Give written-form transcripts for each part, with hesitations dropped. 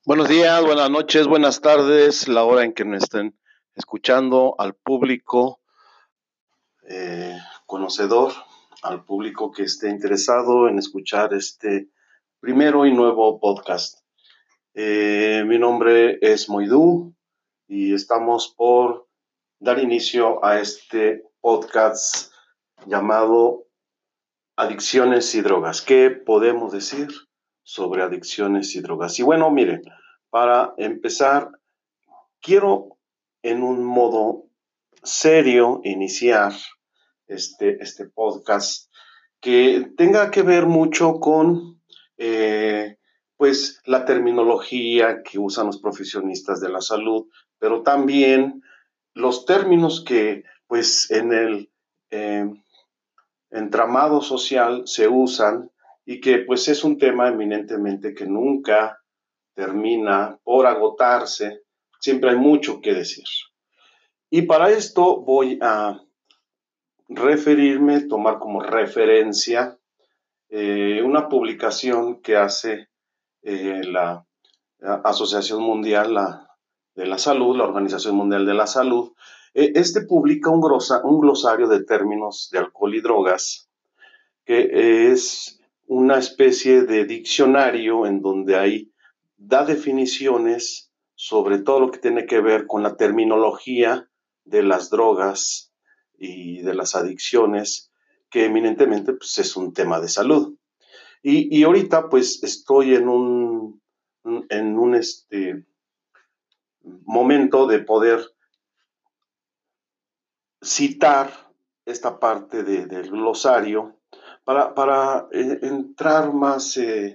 Buenos días, buenas noches, buenas tardes, la hora en que nos estén escuchando, al público conocedor, al público que esté interesado en escuchar este primero y nuevo podcast. Mi nombre es Moidú y estamos por dar inicio a este podcast llamado Adicciones y Drogas. ¿Qué podemos decir sobre adicciones y drogas? Y bueno, miren, para empezar, quiero en un modo serio iniciar este podcast que tenga que ver mucho con pues la terminología que usan los profesionistas de la salud, pero también los términos que pues en el entramado social se usan y que pues es un tema eminentemente que nunca termina por agotarse, siempre hay mucho que decir. Y para esto voy a tomar como referencia una publicación que hace la Asociación Mundial de la Salud, la Organización Mundial de la Salud. Este publica un glosario de términos de alcohol y drogas, que es una especie de diccionario en donde ahí da definiciones sobre todo lo que tiene que ver con la terminología de las drogas y de las adicciones, que eminentemente pues, es un tema de salud. Y ahorita pues estoy en un momento de poder citar esta parte del glosario para entrar más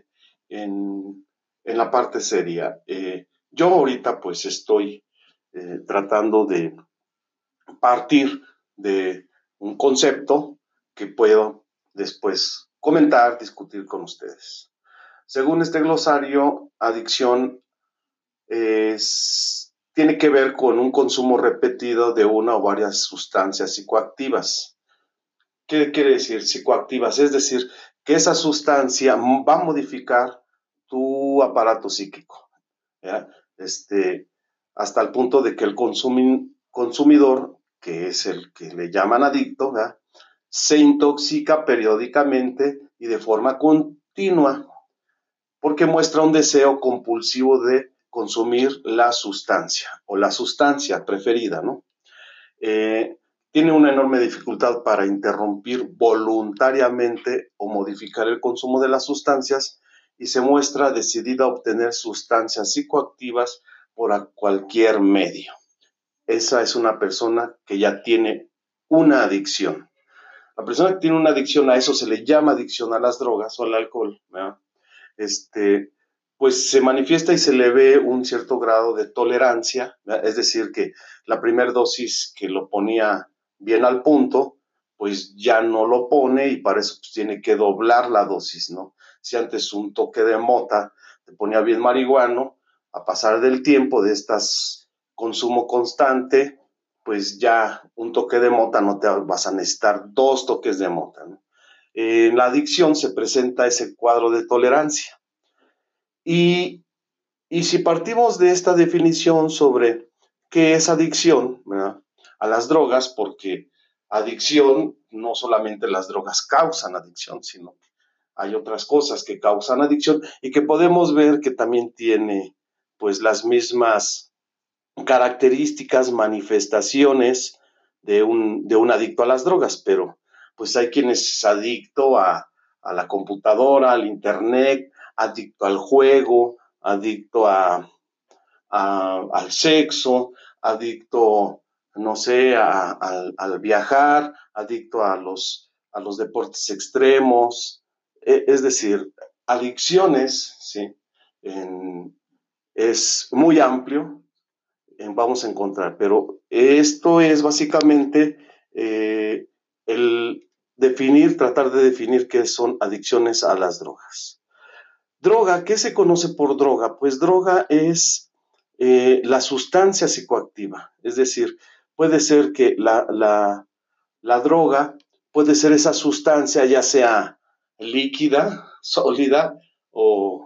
en la parte seria. Yo ahorita pues estoy tratando de partir de un concepto que puedo después comentar, discutir con ustedes. Según este glosario, adicción tiene que ver con un consumo repetido de una o varias sustancias psicoactivas. ¿Qué quiere decir psicoactivas? Es decir, que esa sustancia va a modificar tu aparato psíquico, ¿ya? Hasta el punto de que el consumidor, que es el que le llaman adicto, ¿ya?, se intoxica periódicamente y de forma continua porque muestra un deseo compulsivo de consumir la sustancia o la sustancia preferida, ¿no? Tiene una enorme dificultad para interrumpir voluntariamente o modificar el consumo de las sustancias y se muestra decidida a obtener sustancias psicoactivas por cualquier medio. Esa es una persona que ya tiene una adicción. La persona que tiene una adicción, a eso se le llama adicción a las drogas o al alcohol, ¿verdad? Pues se manifiesta y se le ve un cierto grado de tolerancia, ¿verdad? Es decir, que la primera dosis que lo ponía bien al punto, pues ya no lo pone y para eso pues tiene que doblar la dosis, ¿no? Si antes un toque de mota te ponía bien marihuano, a pasar del tiempo de estas consumo constante, pues ya un toque de mota no te vas a necesitar 2 toques de mota, ¿no? En la adicción se presenta ese cuadro de tolerancia. Y si partimos de esta definición sobre qué es adicción, ¿verdad?, a las drogas, porque adicción, no solamente las drogas causan adicción, sino que hay otras cosas que causan adicción y que podemos ver que también tiene pues las mismas características, manifestaciones de un adicto a las drogas, pero pues hay quien es adicto a la computadora, al internet, adicto al juego, adicto al sexo, adicto, no sé, al viajar, adicto a los deportes extremos. Es decir, adicciones, ¿sí? Es muy amplio, vamos a encontrar, pero esto es básicamente el tratar de definir qué son adicciones a las drogas. Droga, ¿qué se conoce por droga? Pues droga es la sustancia psicoactiva, es decir, puede ser que la droga puede ser esa sustancia ya sea líquida, sólida o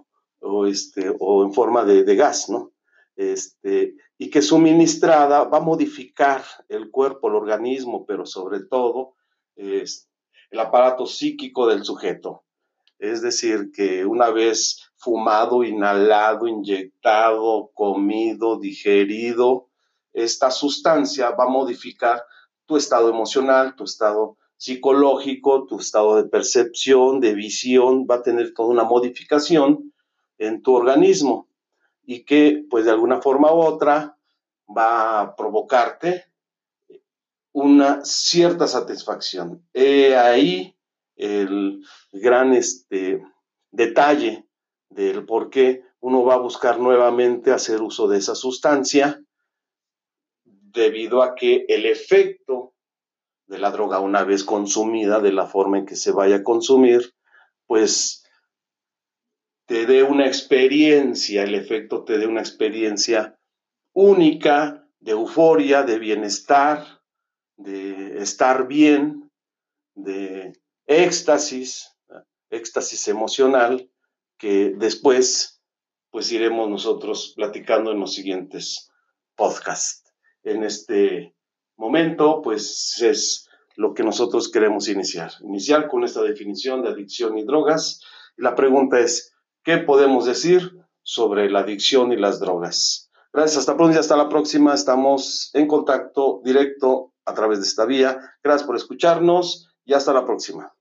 o en forma de gas, ¿no? Y que suministrada va a modificar el cuerpo, el organismo, pero sobre todo el aparato psíquico del sujeto. Es decir, que una vez fumado, inhalado, inyectado, comido, digerido, esta sustancia va a modificar tu estado emocional, tu estado psicológico, tu estado de percepción, de visión, va a tener toda una modificación en tu organismo y que, pues de alguna forma u otra, va a provocarte una cierta satisfacción. Ahí el gran detalle del por qué uno va a buscar nuevamente hacer uso de esa sustancia, debido a que el efecto de la droga una vez consumida, de la forma en que se vaya a consumir, pues te dé una experiencia, el efecto te dé una experiencia única de euforia, de bienestar, de estar bien, de éxtasis, éxtasis emocional, que después pues iremos nosotros platicando en los siguientes podcasts. En este momento pues es lo que nosotros queremos iniciar con esta definición de adicción y drogas. Y la pregunta es, ¿qué podemos decir sobre la adicción y las drogas? Gracias, hasta pronto y hasta la próxima. Estamos en contacto directo a través de esta vía. Gracias por escucharnos y hasta la próxima.